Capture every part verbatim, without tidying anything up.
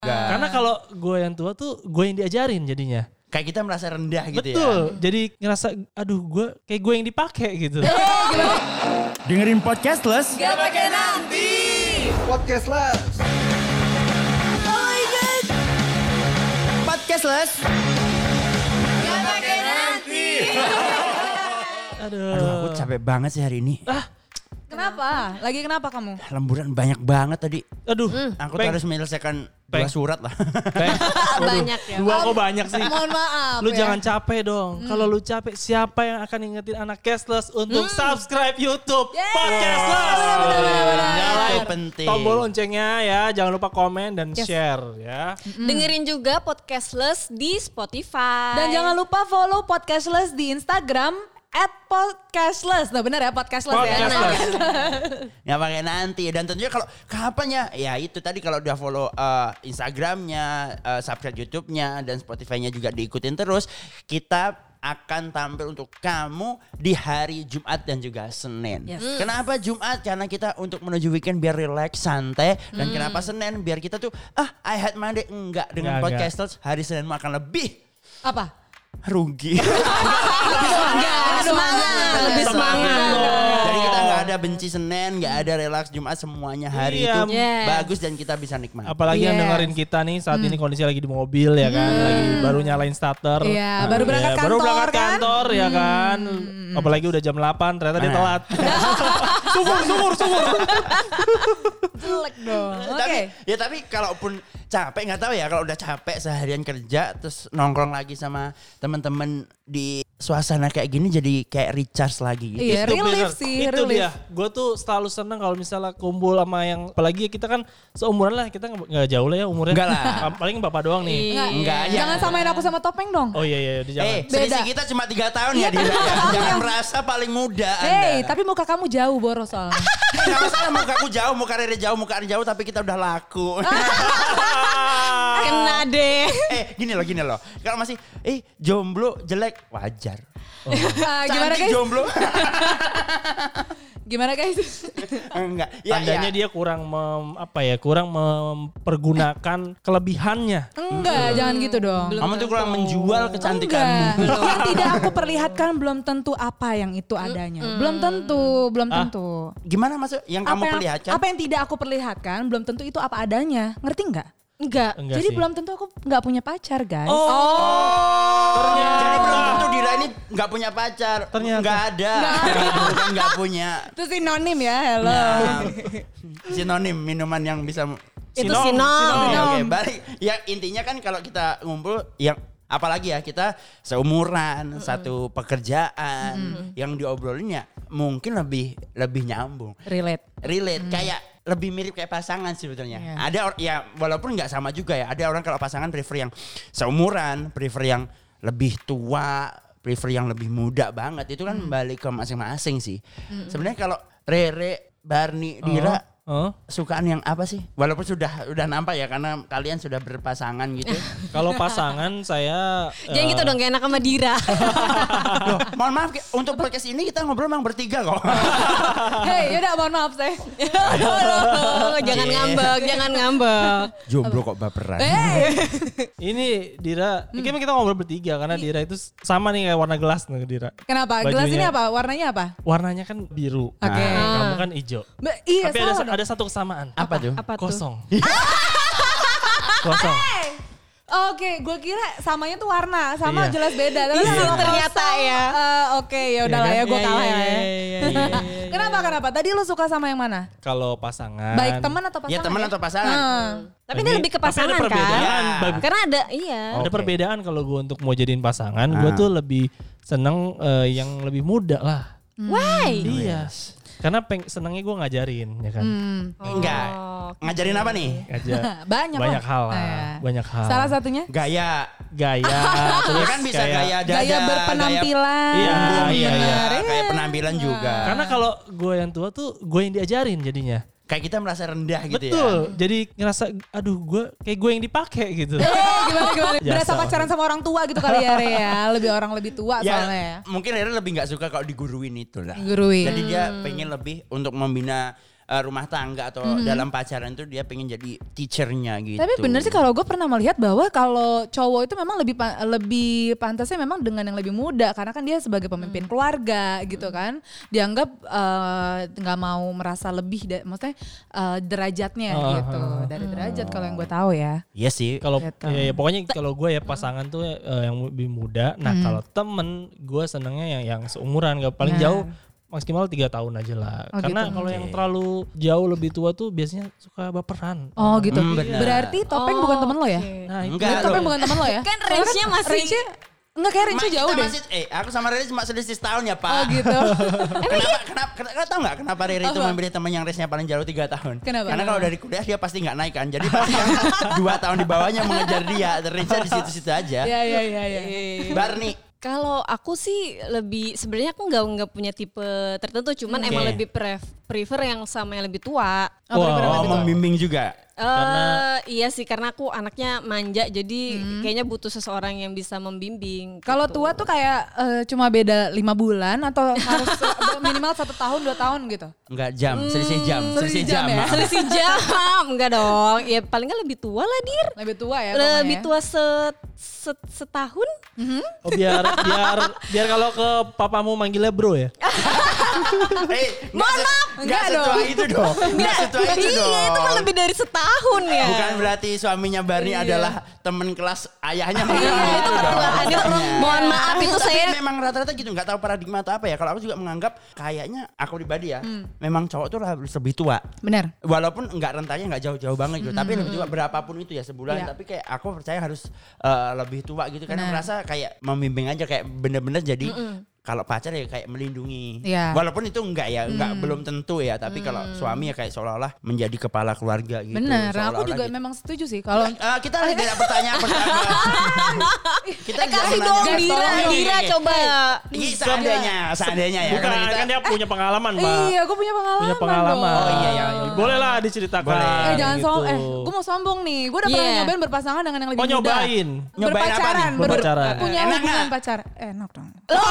Karena kalau gue yang tua tuh gue yang diajarin jadinya. Kayak kita merasa rendah gitu. Betul. Ya. Betul. Jadi ngerasa aduh gue kayak gue yang dipakai gitu. Dengerin Podcastless. Gak pakai nanti. Podcastless. Oh my god. Podcastless. Gak pakai nanti. Aduh. Aduh, aku capek banget sih hari ini. Ah. Kenapa? Lagi kenapa kamu? Lemburan banyak banget tadi. Aduh. Hmm. Aku Peng. harus menyelesaikan Peng. dua surat lah. Peng. Banyak ya. Dua kok banyak sih. Mohon maaf Lu ya. jangan capek dong. Hmm. Kalau lu capek, siapa yang akan ingetin anak Cashless untuk hmm. subscribe YouTube Yeay. Podcastless? Benar-benar. Itu penting. Tombol loncengnya ya, jangan lupa komen dan Yes. share ya. Mm. Dengerin juga Podcastless di Spotify. Dan jangan lupa follow Podcastless di Instagram at Podcastless. Nah benar ya Podcastless, Podcastless. ya. Nggak pakai nanti. Dan tentunya kalau kapan ya? Ya itu tadi kalau udah follow uh, Instagramnya, uh, subscribe YouTube-nya dan Spotify-nya juga diikutin terus. Kita akan tampil untuk kamu di hari Jumat dan juga Senin. Yes. Kenapa Jumat? Karena kita untuk menuju weekend biar relax, santai. Dan kenapa Senin? Biar kita tuh ah I had Monday. Enggak, dengan Enggak, Podcastless hari Senin akan lebih Apa? rugi. Enggak, semangat, lebih semangat. Jadi kita nggak ada benci Senin, nggak ada relax Jumat, semuanya hari Iya. itu Yes. bagus dan kita bisa nikmati. Apalagi yang Yes. dengerin kita nih saat ini kondisi lagi di mobil ya kan, lagi baru nyalain starter. Iya, baru berangkat Baru kantor, berangkat kan? kantor ya kan. Apalagi udah jam delapan ternyata dia Nah. telat. Sumur, sumur, sumur. Jelek dong. Oke. Tapi ya tapi kalaupun capek nggak tahu ya kalau udah capek seharian kerja terus nongkrong lagi sama teman-teman di suasana kayak gini jadi kayak recharge lagi gitu. Iya, Itu relief bener. sih, Itu relief. dia. Gue tuh selalu seneng kalau misalnya kumpul sama yang, apalagi kita kan seumuran lah, kita nggak nggak jauh lah ya umurnya. Enggak lah. Paling bapak doang nih. Enggak, Enggak, ya. Jangan samain aku sama Topeng dong. Oh iya iya, udah jangan. Eh, Beda. selisih kita cuma tiga tahun ya, Dira. Jangan merasa paling muda Anda. Hei, tapi muka kamu jauh boros soalnya. Nggak masalah mukaku jauh, muka Rere jauh, muka Rere jauh, tapi kita udah laku. Kena deh. eh, gini loh, gini loh. Kalau masih, eh jomblo jelek, wajar. Ah, gimana Cantik guys? jomblo. Gimana guys? Enggak. Ya, Tandanya ya. dia kurang mem, apa ya, kurang mempergunakan kelebihannya. Enggak, jangan gitu dong. Kamu tuh kurang menjual kecantikanmu. Enggak. Yang tidak aku perlihatkan belum tentu apa yang itu adanya. Belum tentu, belum Ah. tentu. Gimana maksud yang kamu apa yang, perlihatkan? apa yang tidak aku perlihatkan belum tentu itu apa adanya. Ngerti enggak? Enggak. Enggak Jadi sih. belum tentu aku nggak punya pacar, guys. Ternyata. Jadi belum tentu Dira ini nggak punya pacar. Ternyata. Nggak ada. Bukan nggak punya. Itu sinonim ya, hello. Nah, sinonim minuman yang bisa. Itu Sinom, sinom. Oke, sinom. oke, balik. Ya intinya kan kalau kita ngumpul yang apalagi ya kita seumuran, satu pekerjaan, yang diobrolinnya mungkin lebih lebih nyambung. Relate. Relate kayak lebih mirip kayak pasangan sebetulnya. Iya. Ada or- ya walaupun nggak sama juga ya. Ada orang kalau pasangan prefer yang seumuran, prefer yang lebih tua, prefer yang lebih muda banget. Itu kan balik ke masing-masing sih. Sebenarnya kalau Rere, Barni, Dira Oh. sukaan yang apa sih? Walaupun sudah udah nampak ya karena kalian sudah berpasangan gitu. Kalau pasangan saya Jangan eh, gitu dong, gak enak sama Dira. Loh, mohon maaf untuk podcast ini kita ngobrol memang bertiga kok. Hey, yaudah mohon maaf saya. Loh, jangan Cie. ngambek, jangan ngambek. Jomblo kok baperan. Hey. Ini Dira, ini kan kita ngobrol bertiga karena Dira itu sama nih kayak warna gelas nih Dira. Kenapa? Gelas Bajunya. ini apa? Warnanya apa? Warnanya kan biru. Oke. Nah, kamu kan hijau. Ba- iya, Tapi ada salah dong. ada satu kesamaan. Apa tuh? Apa tuh? Kosong. Kosong. Oke, gue kira samanya tuh warna, sama Iya. jelas beda. Tapi Isi kalau ternyata kosong, ya. eh, Oke, ya udah lah Iya ya, kan? gue Iya, kalah iya, ya. iya, iya, iya, iya. Kenapa kenapa? Tadi lu suka sama yang mana? Kalau pasangan. Baik teman atau pasangan? Ya teman atau pasangan. Hmm. Tapi Ini- ini lebih ke tapi ada pasangan kan? perbedaan, Bab. Karena ada, iya. Ada Oke. perbedaan kalau gue untuk mau jadiin pasangan, gue Ah. tuh lebih seneng eh, yang lebih muda lah. Why? Iya. Karena peng senengnya gue ngajarin, ya kan. Hmm. Enggak. Ngajarin apa nih? Ngajar. Banyak, banyak lah. hal lah, Iya. banyak hal. Salah satunya? Gaya. Gaya, Ya terus kan bisa kayak- gaya dada. Gaya berpenampilan. Iya, Gaya, iya, iya. bener. Kayak penampilan juga. Karena kalau gue yang tua tuh gue yang diajarin jadinya. Kayak kita merasa rendah gitu ya. Betul. Jadi ngerasa aduh gue kayak gue yang dipakai gitu. Eh, gimana gimana? Jasa. Berasa pacaran sama orang tua gitu kali ya, Re ya. Lebih orang lebih tua Ya, soalnya ya. mungkin Rere lebih nggak suka kalau diguruin itu lah. Guruin. Jadi dia pengen lebih untuk membina uh, rumah tangga atau mm-hmm. dalam pacaran itu dia pengen jadi teachernya gitu. Tapi bener sih kalau gue pernah melihat bahwa kalau cowok itu memang lebih lebih pantasnya memang dengan yang lebih muda karena kan dia sebagai pemimpin hmm. keluarga gitu kan, dianggap nggak uh, mau merasa lebih, da- maksudnya uh, derajatnya uh, gitu uh, dari derajat uh, kalau yang gue tahu ya. Iya sih. Kalau gitu. ya, ya, pokoknya kalau gue ya pasangan tuh uh, yang lebih muda. Nah hmm. kalau temen gue senengnya yang yang seumuran, gak paling nah. jauh. Maksimal tiga tahun aja lah. Oh, karena gitu. Kalau okay. yang terlalu jauh lebih tua tuh biasanya suka baperan. Oh gitu. Hmm, berarti Topeng oh, bukan temen lo ya? Okay. Nah, enggak. Topeng bukan temen lo ya? Kan range-nya masih. Range-nya, enggak kayak range-nya jauh deh. Masih, eh aku sama Riri cuma selisih setahun ya Pak. Oh gitu. kenapa, kenapa, kenapa, tau gak kenapa Riri itu memilih teman yang range-nya paling jauh tiga tahun? Kenapa? Karena kalau dari kuliah dia pasti gak naik kan. Jadi pasti yang dua tahun di bawahnya mengejar dia. Range-nya di situ-situ aja. Iya, iya, iya. Ya. Barni. Kalau aku sih lebih sebenarnya aku nggak nggak punya tipe tertentu, cuman okay. emang lebih pref, prefer yang sama yang lebih tua. Oh, wow. oh membimbing juga. Uh, karena iya sih karena aku anaknya manja jadi hmm. kayaknya butuh seseorang yang bisa membimbing. Kalau gitu. tua tuh kayak uh, cuma beda lima bulan atau harus minimal satu tahun dua tahun gitu? Enggak jam, selisih jam, hmm, selisih jam. jam ya? Selisih jam, enggak dong. Ya paling nggak lebih tua lah Dir. Lebih tua ya? Lebih ya? tua set, set, setahun. Mm-hmm. Oh biar biar biar kalau ke papamu manggilnya bro ya? Eh, mohon maaf. Enggak setua itu dong. Enggak setua itu dong. Iya itu kan lebih dari setahun ya. Bukan berarti suaminya Barni iya. adalah teman kelas ayahnya. Iya itu betul. Mohon maaf itu Tapi saya. memang rata-rata gitu nggak tahu paradigma atau apa ya. Kalau aku juga menganggap kayaknya aku pribadi ya. Hmm. Memang cowok tuh harus lebih tua. Benar. Walaupun enggak rentannya enggak jauh-jauh banget gitu. Hmm. Tapi lebih tua berapapun itu ya sebulan. Iya. Tapi kayak aku percaya harus uh, lebih tua gitu. Karena merasa kayak membimbing aja kayak bener-bener jadi. Mm-mm. Kalau pacar ya kayak melindungi, ya. Walaupun itu enggak ya, enggak hmm. belum tentu ya. Tapi hmm. kalau suami ya kayak seolah-olah menjadi kepala keluarga gitu. Benar, aku juga gitu. Memang setuju sih. Kalau uh, kita tidak pertanyaan pertanyaan, kita eh, kasih dong Dira, Dira coba. Iya seandainya, seandainya ya. Bukan kita... kan dia punya pengalaman, Mbak. Iya, aku punya pengalaman. Punya pengalaman. Dong. Oh iya ya. Boleh lah diceritakan. Boleh. Eh jangan gitu. sombong. Eh, gue mau sombong nih. Gue udah yeah. pernah nyobain berpasangan dengan yang lebih oh, muda. nyobain. Nyobain apa nih? Berpacaran. Punya hubungan pacar. Enak dong.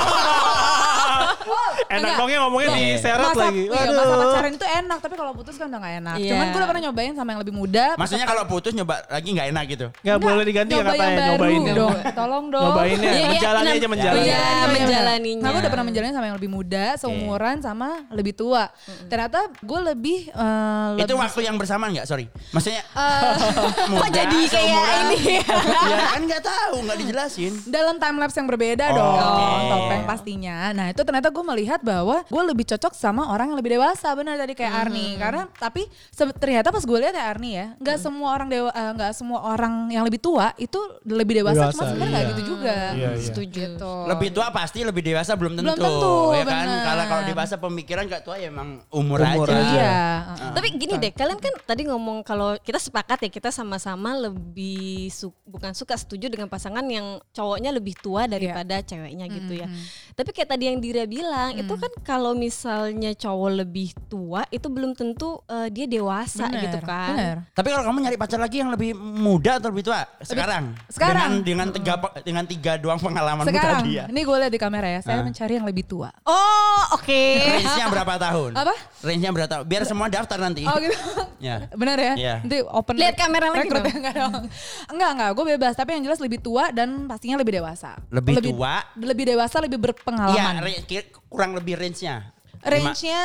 Enak dongnya ngomongnya di seret masa, lagi. Iya, masa pacaran itu enak, tapi kalau putus kan udah gak enak. Yeah. Cuman gue udah pernah nyobain sama yang lebih muda. Maksudnya kalau putus nyoba lagi gak enak gitu? Gak boleh diganti ya katanya, nyobain dong. Tolong dong. Nyobainnya, ya, menjalani ya, aja menjalani. Iya, menjalaninya. Nah gue udah pernah menjalani sama yang lebih muda, seumuran okay. sama lebih tua. Mm-hmm. Ternyata gue lebih... Uh, itu lebih waktu yang bersamaan gak? Sorry. Maksudnya... Uh, muda, kok jadi kayak ini? Ya kan gak tahu, gak dijelasin. Dalam timelapse yang berbeda oh, dong. Okay. Topeng pastinya. Nah itu ternyata gue melihat bahwa gue lebih cocok sama orang yang lebih dewasa, benar tadi kayak hmm. Arni. Karena tapi se- ternyata pas gue lihat ya Arni ya, nggak hmm. semua orang dewa, uh, nggak semua orang yang lebih tua itu lebih dewasa. dewasa Cuma sebenarnya nggak iya. gitu juga. Iya, iya. Setuju. Gitu. Lebih tua pasti lebih dewasa belum tentu. Belum tentu, ya kan? Kalau kalau dewasa pemikiran nggak tua ya emang umur, umur aja. aja. Iya. Uh. Tapi gini deh, kalian kan tadi ngomong kalau kita sepakat ya kita sama-sama lebih su- bukan suka setuju dengan pasangan yang cowoknya lebih tua daripada yeah. ceweknya gitu ya. Mm-hmm. Tapi kayak tadi yang Dira bilang mm. itu kan kalau misalnya cowok lebih tua itu belum tentu uh, dia dewasa bener, gitu kan. Bener. Tapi kalau kamu nyari pacar lagi yang lebih muda atau lebih tua sekarang? Sekarang dengan dengan tiga dengan tiga doang pengalaman sekarang, tadi ya. Ini gue lihat di kamera ya. Saya uh. mencari yang lebih tua. Oh oke. Okay. Range-nya berapa tahun? Apa? Range-nya berapa tahun? Biar semua daftar nanti. Oh gitu. Ya. Benar ya? Yeah. Nanti open. Lihat kamera lagi dong. Enggak dong. Enggak enggak. Gue bebas. Tapi yang jelas lebih tua dan pastinya lebih dewasa. Lebih, lebih tua? Lebih dewasa, lebih berpengalaman. Iya. Kurang lebih range-nya. Range-nya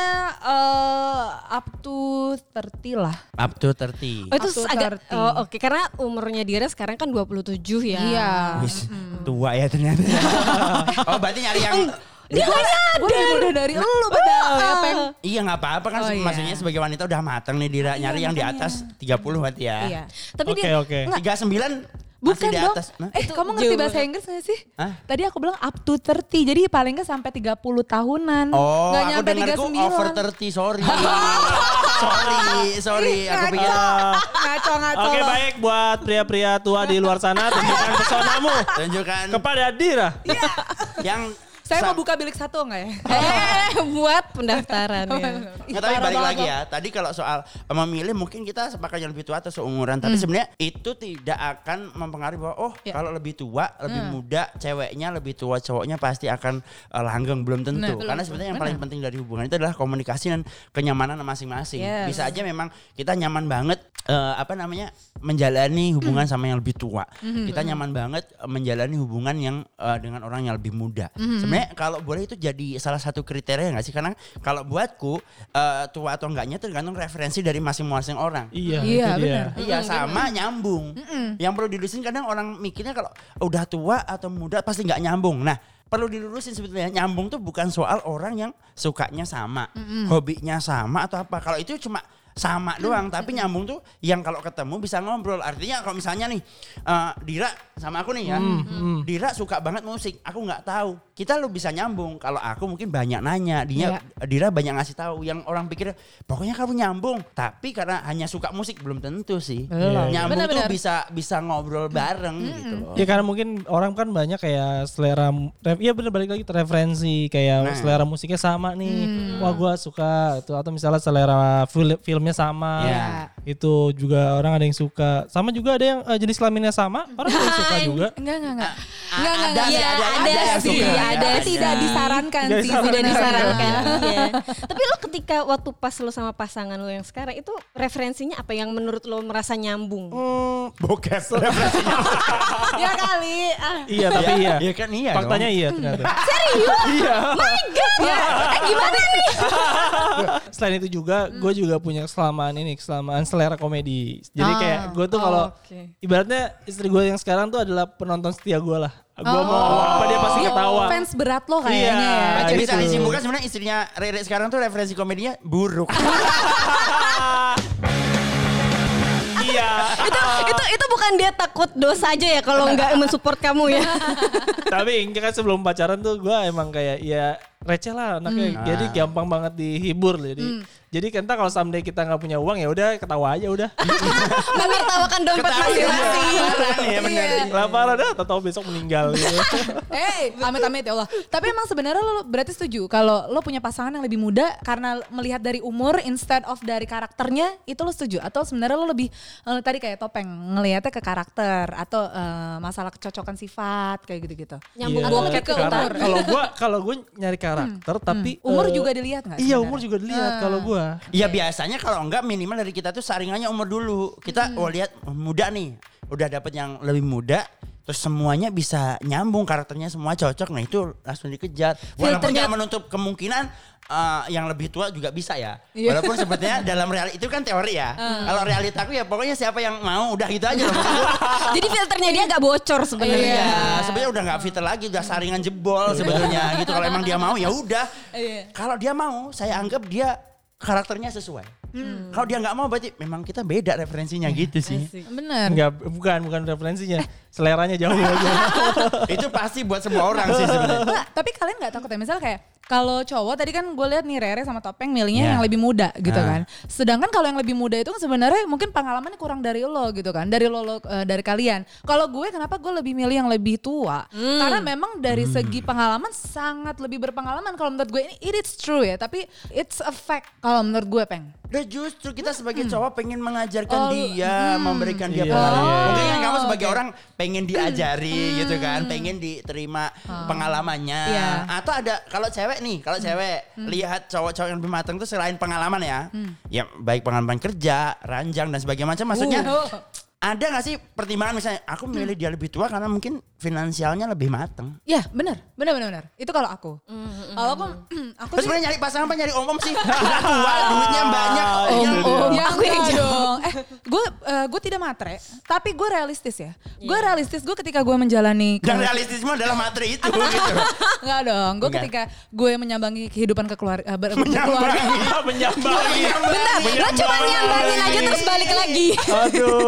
uh, up to tiga puluh lah. Up to tiga puluh. Oh itu agak oh, oke okay. Karena umurnya Dira sekarang kan dua puluh tujuh ya. Iya. Wis, hmm. tua ya ternyata. Oh berarti nyari yang dia gak nyadar. Gue lebih muda dari lu padahal ya Peng. Iya gak apa-apa kan. Oh, maksudnya iya. sebagai wanita udah matang nih Dira. Nyari iya, yang di atas tiga puluh berarti ya. Iya. Tapi okay, dia okay. tiga puluh sembilan bukan di dong. atas. Nah, eh kamu ngerti bahasa Inggris gak sih? Hah? Tadi aku bilang up to tiga puluh. Jadi paling gak sampai tiga puluh tahunan. Oh gak aku nyampe dengarku over tiga puluh. Sorry. sorry. Sorry. Aku pikir. Ngaco ngaco. Oke okay, baik buat pria-pria tua di luar sana. Tunjukkan pesonamu. Tunjukkan. Kepada Dira. Yang Saya mau buka bilik satu enggak ya? Eh, buat pendaftaran ya. Nggak, tapi balik lagi ya. Tadi kalau soal memilih mungkin kita sepakat yang lebih tua atau seumuran. Tapi hmm. sebenarnya itu tidak akan mempengaruhi bahwa oh ya. Kalau lebih tua, lebih hmm. muda, ceweknya lebih tua, cowoknya pasti akan uh, langgeng. Belum tentu. Nah, Karena sebenarnya yang paling penting dari hubungan itu adalah komunikasi dan kenyamanan masing-masing. Yes. Bisa aja memang kita nyaman banget uh, apa namanya menjalani hubungan hmm. sama yang lebih tua. Hmm. Kita nyaman banget menjalani hubungan yang uh, dengan orang yang lebih muda. Hmm. Sebenarnya kalau boleh itu jadi salah satu kriteria nggak sih? Karena kalau buatku uh, tua atau enggaknya itu tergantung referensi dari masing-masing orang. Iya, iya benar. Iya sama nyambung. Mm-mm. Yang perlu dilurusin kadang orang mikirnya kalau udah tua atau muda pasti nggak nyambung. Nah perlu dilurusin sebetulnya nyambung tuh bukan soal orang yang sukanya sama, Mm-mm. hobinya sama atau apa. Kalau itu cuma sama doang, tapi nyambung tuh yang kalau ketemu bisa ngobrol. Artinya kalau misalnya nih uh, Dira sama aku nih ya, hmm, hmm. Dira suka banget musik, aku nggak tahu. Kita lu bisa nyambung. Kalau aku mungkin banyak nanya, dia yeah. Dira banyak ngasih tahu. Yang orang pikir pokoknya kamu nyambung, tapi karena hanya suka musik belum tentu sih. Yeah. Nyambung Bener-bener. tuh bisa bisa ngobrol bareng hmm. gitu loh. Ya karena mungkin orang kan banyak kayak selera, ya bener balik lagi referensi kayak nah. selera musiknya sama nih. Hmm. Wah gua suka itu atau misalnya selera film, film sama ya. Itu juga orang ada yang suka sama juga ada yang uh, jenis kelaminnya sama orang ada yang suka juga enggak enggak enggak A- enggak enggak ada, enggak ada, ada, ada, ada sih suka. ada Ya, tidak ada. disarankan Tidak sih disarankan. Tidak disarankan ya. Tapi lo ketika waktu pas lo sama pasangan lo yang sekarang itu referensinya apa yang menurut lo merasa nyambung? hmm, Bokep referensinya. ya kali ah. iya tapi iya Iya kan iya faktanya dong. iya ternyata Serius? iya My God ya. Eh gimana nih? selain itu juga gue juga punya kesamaan ini kesamaan selera komedi jadi Ah, kayak gue tuh kalau okay. ibaratnya istri gue yang sekarang tuh adalah penonton setia gue lah gue Oh. mau apa dia pasti Dia ketawa fans berat lo kayaknya Iya. ya. Aja bisa itu. disimpulkan sebenarnya istrinya Rere sekarang tuh referensi komedinya buruk. iya itu itu itu bukan dia takut dosa aja ya kalau nggak mensupport kamu ya. tapi kan sebelum pacaran tuh gue emang kayak ya receh lah anaknya Hmm. jadi Ah. gampang banget dihibur jadi Hmm. jadi kan kalau someday kita nggak punya uang ya udah ketawa aja udah Menertawakan dompet masing-masing. Iya benar. laparan dah atau besok meninggal gitu. Eh, amit-amit ya Allah. Tapi emang sebenarnya lo berarti setuju kalau lo punya pasangan yang lebih muda karena melihat dari umur instead of dari karakternya, itu lo setuju? Atau sebenarnya lo lebih eh, tadi kayak Topeng ngelihatnya ke karakter atau eh, masalah kecocokan sifat kayak gitu-gitu? Nyambung Iya. bokep ke Karena umur. kalau gue kalau gue nyari karakter tapi Umur eh, juga dilihat nggak? iya sebenarnya? umur juga dilihat Ah. kalau gue Ya biasanya kalau enggak minimal dari kita tuh saringannya umur dulu. Kita oh lihat muda nih, udah dapet yang lebih muda, terus semuanya bisa nyambung karakternya semua cocok. Nah itu langsung dikejar. Walaupun Filternya- nggak menutup kemungkinan uh, yang lebih tua juga bisa ya. Iya. Walaupun sebetulnya dalam real itu kan teori ya. Kalau realitaku ya pokoknya siapa yang mau udah gitu aja loh. maksudku. Jadi filternya dia nggak bocor sebenarnya. Iya, sebenarnya udah nggak filter lagi, udah saringan jebol sebetulnya gitu. Kalau emang dia mau ya udah. Iya. Kalau dia mau, saya anggap dia karakternya sesuai. Hmm. Kalau dia nggak mau berarti memang kita beda referensinya gitu sih. Bener. Enggak, bukan bukan referensinya, seleranya jauh aja. Itu pasti buat semua orang sih sebenarnya. Nggak, tapi kalian nggak takut ya misalnya kayak kalau cowok tadi kan gue lihat nih Rere sama Topeng milihnya Yeah. yang lebih muda gitu Ah. kan. Sedangkan kalau yang lebih muda itu kan sebenarnya mungkin pengalamannya kurang dari lo gitu kan, dari lo, lo eh, dari kalian. Kalau gue kenapa gue lebih milih yang lebih tua? Karena memang dari segi pengalaman sangat lebih berpengalaman. Kalau menurut gue ini it is true ya, tapi it's a fact kalau menurut gue Peng. Udah justru kita sebagai cowok pengen mengajarkan Oh, dia, memberikan dia Iya, pengalaman. iya, iya. Mungkin kan kamu Oh, sebagai oke. orang pengen diajari gitu kan, pengen diterima pengalamannya. Iya. Atau ada kalau cewek nih, kalau cewek lihat cowok-cowok yang lebih matang tuh selain pengalaman ya, ya baik pengalaman kerja, ranjang dan sebagainya macam. Maksudnya Uh. ada gak sih pertimbangan misalnya aku milih dia lebih tua karena mungkin finansialnya lebih matang. Ya benar, benar benar benar. Itu kalau aku. Kalau aku, aku Terus sih. sebenarnya nyari pasangan apa nyari om-om sih? Udah tua, duitnya banyak. Oh, Om, itu dia. om. Ya Aku yang enggak jawab. dong. Eh, gue gue tidak matre, tapi gue realistis ya. Gue realistis. Gue ketika gue menjalani. Dan realistisme adalah materi itu gitu. Enggak dong. Gue Enggak. ketika gue menyambangi kehidupan kekeluarga, ber, Menyambangi. berkeluarga. Menyambangi. Bentar, lo cuma nyambangin aja terus balik lagi. Aduh.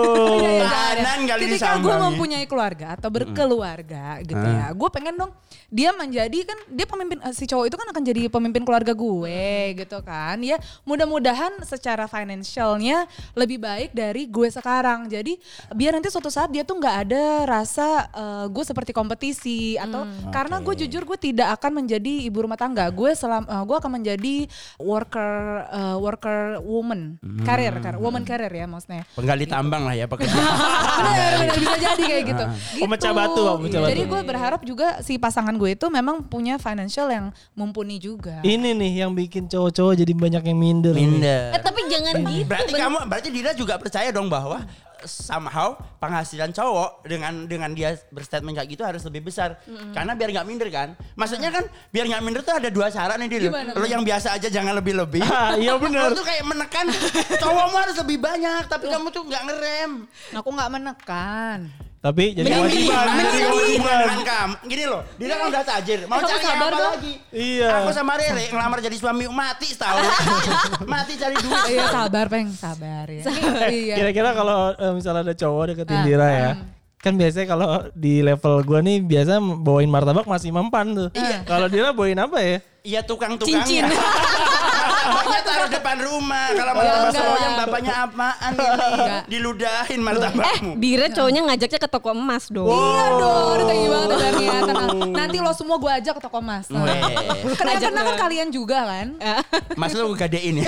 Kanan kali ketika gue disambangi. mempunyai keluarga atau berkeluarga gitu ya, gue pengen dong dia menjadi kan dia pemimpin, si cowok itu kan akan jadi pemimpin keluarga gue gitu kan ya, mudah-mudahan secara financialnya lebih baik dari gue sekarang, jadi biar nanti suatu saat dia tuh nggak ada rasa uh, gue seperti kompetisi atau Hmm. karena gue jujur gue tidak akan menjadi ibu rumah tangga, gue selam uh, gue akan menjadi worker uh, worker woman karir karir woman karir ya maksudnya. Penggali tambang lah ya pekerja. Benar, benar bisa jadi kayak gitu. gitu. Pemecah batu, Pak, pemecah Jadi batu. gue berharap juga si pasangan gue itu memang punya financial yang mumpuni juga. Ini nih yang bikin cowok-cowok jadi banyak yang minder. Minder. Eh, tapi jangan gitu. Berarti bener. kamu, berarti Dira juga percaya dong bahwa somehow penghasilan cowok dengan dengan dia berstatement kayak gitu harus lebih besar, mm-hmm. karena biar nggak minder kan. Maksudnya kan biar nggak minder tuh ada dua syarat nih Dira. Lo yang biasa aja jangan lebih-lebih. Iya benar. Lo tuh kayak menekan cowokmu harus lebih banyak, tapi kamu tuh nggak ngerem. Aku nggak menekan. Tapi jadi Mending kewajiban, mending jadi hubungan kewajiban. dengan kamu. Gini loh, Dira kan udah tajir. Mau Kamu cari sabar apa dong. lagi? Iya. Aku sama Rere ngelamar jadi suami mati setahun. Mati cari duit. Iya sabar peng, sabar ya. Iya. Kira-kira kalau eh, misalnya ada cowok deketin Ah, Dira ya. Kan biasanya kalau di level gua nih biasa bawain martabak masih mempan tuh. Iya. Kalau Dira bawain apa ya? Iya tukang-tukangnya. Cincin. Martabaknya taruh depan rumah. Kalau martabak enggak. seloyang bapaknya apaan ini? Enggak. Diludahin Eh, martabakmu. Dira cowoknya ngajaknya ke toko emas dong. Iya dong, udah tinggi banget kabarnya. Tenang. Nanti lo semua gue ajak ke toko emas. Nah. Weh. Karena Ajak pernah kan gue. kalian juga kan? Mas lu gadein ya.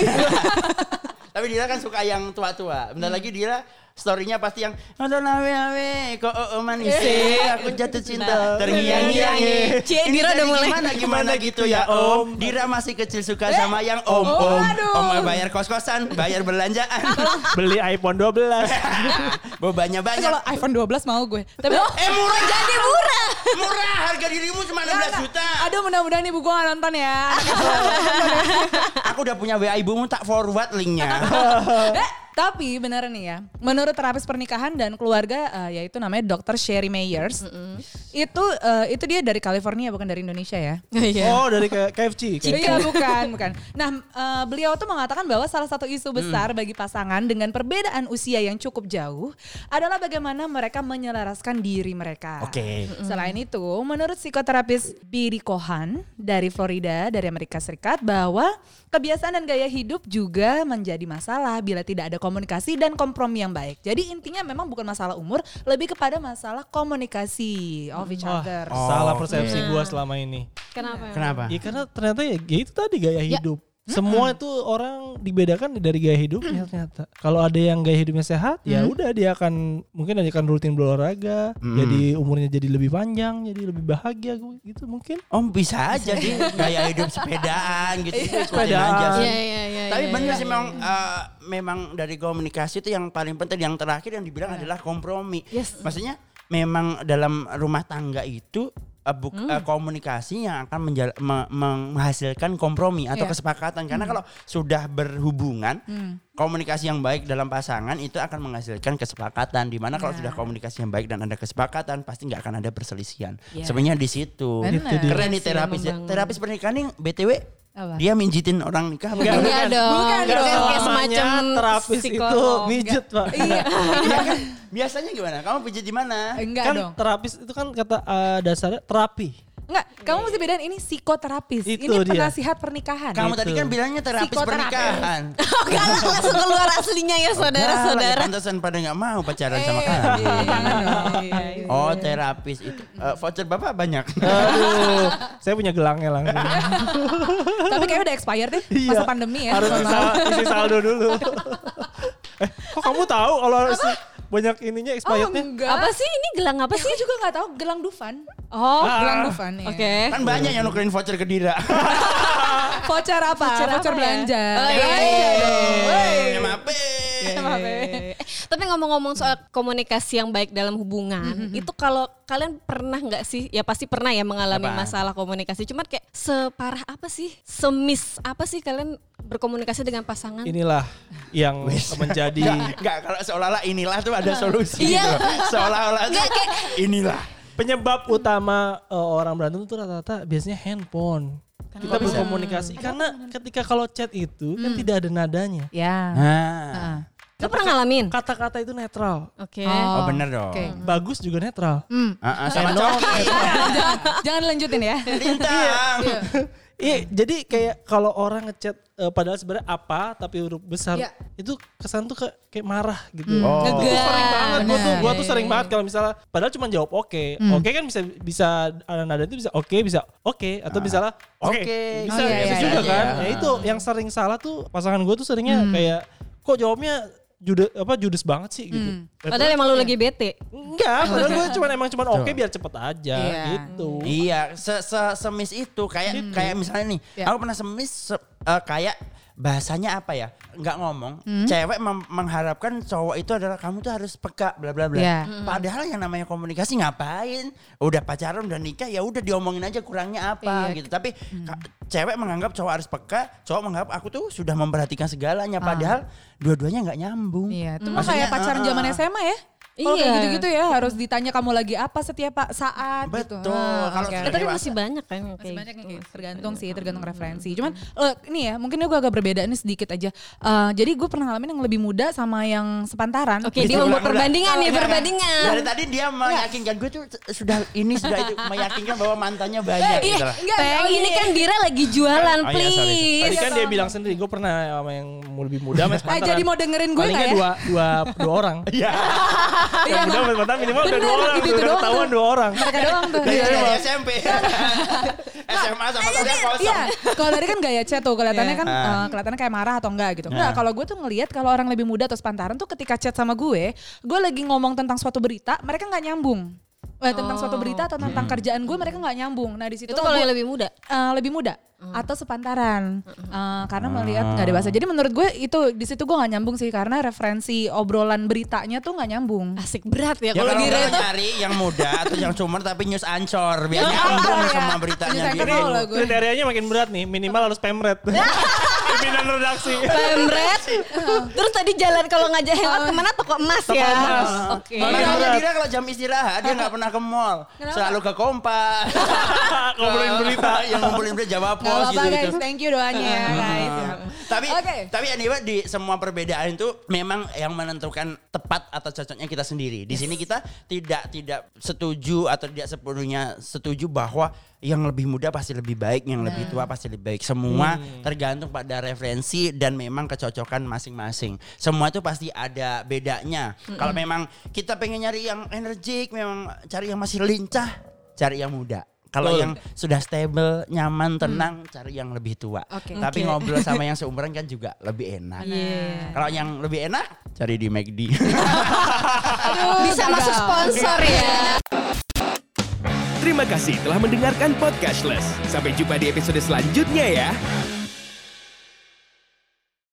Tapi Dira kan suka yang tua-tua. Bentar lagi Dira story-nya pasti yang ada nawe-nawe kok oh, manis aku jatuh cinta terngiang-ngiang eh. Cie, Ini Dira dari udah mulai. gimana gimana gitu ya om. Dira masih kecil suka sama yang om Oh, om aduh. om bayar kos-kosan bayar belanjaan. Beli iPhone dua belas. Bebannya Eh, banyak. kalau iPhone dua belas mau gue. Tapi Eh murah jadi murah. Murah harga dirimu cuma enam belas juta. Aduh mudah-mudahan ibu gue gak nonton ya. Aku udah punya W A ibumu tak forward linknya. eh, tapi beneran nih ya, menurut terapis pernikahan dan keluarga uh, yaitu namanya dokter Sherry Meyers, itu uh, itu dia dari California bukan dari Indonesia ya. Oh dari K- KFC. Iya bukan, bukan. Nah uh, beliau tuh mengatakan bahwa salah satu isu besar bagi pasangan dengan perbedaan usia yang cukup jauh adalah bagaimana mereka menyelaraskan diri mereka. Oke. Selain itu, menurut psikoterapis Billy Cohan dari Florida, dari Amerika Serikat, bahwa kebiasaan dan gaya hidup juga menjadi masalah bila tidak ada komunikasi dan kompromi yang baik. Jadi intinya memang bukan masalah umur, lebih kepada masalah komunikasi of each Wah, other. salah persepsi gua selama ini. Kenapa? Kenapa? Ya karena ternyata ya, ya itu tadi gaya hidup. Semua itu orang dibedakan dari gaya hidupnya ternyata. Kalau ada yang gaya hidupnya sehat, ya udah dia akan mungkin dia akan rutin berolahraga, jadi umurnya jadi lebih panjang, jadi lebih bahagia gitu mungkin. Om bisa aja di gaya hidup sepedaan gitu. Ikutin Sepedaan. aja sih. Iya, iya, iya. Tapi iya, bener iya. sih memang uh, memang dari komunikasi itu yang paling penting, yang terakhir yang dibilang adalah kompromi. Yes. Maksudnya memang dalam rumah tangga itu uh, buk, uh, komunikasi yang akan menjal- me- menghasilkan kompromi atau Iya. kesepakatan. Karena kalau sudah berhubungan, komunikasi yang baik dalam pasangan itu akan menghasilkan kesepakatan. Dimana kalau Nah. sudah komunikasi yang baik dan ada kesepakatan, pasti nggak akan ada perselisihan. Iya. Sebenarnya di situ. Benar. Itu dia. Keren nih Iya sih, terapis. membangun. Terapis pernikahan nih B T W Apa? dia mijitin orang nikah. Enggak, bukan? Iya bukan. dong. Bukan Itu dong. kan kayak Namanya semacam terapis itu psikolog. mijet pak. Iya. Iya kan? Biasanya gimana? Kamu pijit di mana? Enggak Kan dong. terapis itu kan kata eh, dasarnya terapi. Enggak, kamu mesti bedain ini psikoterapis. Itu ini dia. penasihat pernikahan. Kamu tadi kan bilangnya terapis Psikoterapis. pernikahan. Oh, enggak langsung keluar aslinya ya saudara-saudara. Nah, pantesan pada nggak mau pacaran sama Eh, kamu. jangan dong. Oh terapis itu. Eh, voucher bapak banyak. Aduh, saya punya gelangnya langsung. Tapi kayaknya udah expired deh Iya. masa pandemi ya. Harus Mohon isi, maaf. isi saldo dulu. eh, kok kamu tahu kalau si banyak ininya Oh expirednya? enggak. Apa sih ini gelang apa Aku sih? juga gak tahu gelang Dufan. Oh, Ah. Gelang Dufan ya. oke. Kan banyak yang nukerin voucher ke Dira. Voucher apa? Voucher Voucher, apa ya? belanja. Oh, iya, Belanja iya, dong. Wey. M A P. Eh, Tapi ngomong-ngomong soal komunikasi yang baik dalam hubungan, itu kalau kalian pernah nggak sih? Ya pasti pernah ya mengalami Apa? masalah komunikasi. Cuman kayak separah apa sih? Semis apa sih kalian berkomunikasi dengan pasangan? Inilah yang menjadi Enggak, enggak kalau seolah-olah inilah tuh ada solusi Iya. gitu. Seolah-olah tuh Nggak, kayak- inilah. penyebab utama eh, orang berantem itu rata-rata biasanya handphone. Kita berkomunikasi karena ketika kalau chat itu kan tidak ada nadanya. Ya. Nah. Heeh. Lu pernah ngalamin? Kata-kata itu netral. Oke. Oh, bener dong. Oke. Bagus juga netral. Hmm. Uh, uh, sama Enak. coki. jangan, jangan lanjutin ya. Lintang. Iya, jadi kayak kalau orang ngechat uh, padahal sebenarnya apa tapi huruf besar Iya. itu kesan tuh kayak, kayak marah gitu. Hmm. Oh. Itu Ngegas. sering banget gue tuh, gue Benar. tuh sering banget kalau misalnya padahal cuma jawab oke, Hmm. oke kan bisa bisa ada nada itu bisa oke bisa oke atau misalnya oke Oke. bisa Oh, iya, bisa iya, juga iya. kan. Iya. Ya itu yang sering salah tuh pasangan gue tuh seringnya Hmm. kayak kok jawabnya judes apa judes banget sih gitu. Hmm. Padahal emang lu lagi bete. Enggak, padahal gue cuma emang cuma oke biar cepet aja Iya. gitu. Iya, se se semis itu kayak kayak misalnya nih, Iya. aku pernah semis se- eh, kayak bahasanya apa ya? Nggak ngomong, Hmm. cewek mem- mengharapkan cowok itu adalah kamu tuh harus peka bla bla bla. Iya. Padahal yang namanya komunikasi ngapain? Udah pacaran udah nikah ya udah diomongin aja kurangnya apa Iya. gitu. Tapi ka- cewek menganggap cowok harus peka, cowok menganggap aku tuh sudah memperhatikan segalanya padahal dua-duanya nggak nyambung. Iya, itu mah Maksudnya, kayak pacaran uh, zaman uh, S M A ya. Kalau Iya. kayak gitu-gitu ya harus ditanya kamu lagi apa setiap pa- saat gitu. Betul. Ah, Kalau oke. sudah Eh, tapi dewasa. masih banyak kan yang Masih kayak banyak yang gitu. kayak tergantung sih, tergantung referensi. Cuman eh, ini ya, mungkin gue agak berbeda ini sedikit aja. Eh, jadi gue pernah ngalamin yang lebih muda sama yang sepantaran. Oke, Bisa dia membuat ulang-ulang. perbandingan nih, Enggak, enggak. perbandingan. Dari tadi dia meyakinkan gue tuh sudah ini sudah itu meyakinkan bahwa mantannya banyak Ih, gitu lah. Enggak, Peng, oh ini iya. kan Dira lagi jualan, Oh iya, sorry, sorry. please. Tadi kan dia bilang sendiri, gue pernah sama yang lebih muda sama yang Ah, sepantaran. jadi mau dengerin gue Palingnya nggak ya? dua, dua, dua orang. Iya. Yang muda sama sepantaran minimal udah Bener, dua orang. gitu Udah doang ketahuan tuh. dua orang. Mereka doang tuh. Dari Iya, dari iya. S M P. S M A sama kuliah kosong. Iya, kalau tadi kan gaya chat tuh kelihatannya Iya. kan eh, kelihatannya kayak marah atau enggak gitu. Enggak, Nah. kalau gue tuh ngelihat kalau orang lebih muda atau sepantaran tuh ketika chat sama gue, gue lagi ngomong tentang suatu berita, mereka nggak nyambung. Eh, tentang suatu berita atau tentang kerjaan gue mereka nggak nyambung. Nah di situ Itu kalau yang lebih muda. Eh, lebih muda atau sepantaran. Eh, karena melihat nggak dewasa. Jadi menurut gue itu di situ gue nggak nyambung sih karena referensi obrolan beritanya tuh nggak nyambung. Asik berat ya Ya kalau kalau Dira enggak itu. nyari yang muda atau yang cuman tapi news ancor biar nyambung iya. semua beritanya News anchor gitu. mau lah gue. Kriterianya makin berat nih, minimal harus pemret. Pimpinan redaksi. Pemret. Terus tadi jalan kalau ngajak hangout kemana toko emas Toko ya. emas. Oke. Makanya dia kalau jam istirahat dia nggak pernah ke mall, selalu ke Kompas. Ngobrolin berita. Yang ngumpulin berita Jawa Gak Pos apa-apa gitu guys, gitu. thank you doanya ya guys. Tapi Oke. tapi anyway di semua perbedaan itu memang yang menentukan tepat atau cocoknya kita sendiri. Di sini kita tidak tidak setuju atau tidak sepenuhnya setuju bahwa yang lebih muda pasti lebih baik, yang lebih tua pasti lebih baik. Semua tergantung pada referensi dan memang kecocokan masing-masing. Semua itu pasti ada bedanya. Kalau memang kita pengen nyari yang energik, memang cari yang masih lincah, cari yang muda. Kalau Betul. yang sudah stable, nyaman, tenang, cari yang lebih tua. Oke. Tapi Oke. ngobrol sama yang seumuran kan juga lebih enak. Iya. Kalau yang lebih enak, cari di McD. Bisa masuk sponsor ya. Terima kasih telah mendengarkan Podcastless. Sampai jumpa di episode selanjutnya ya.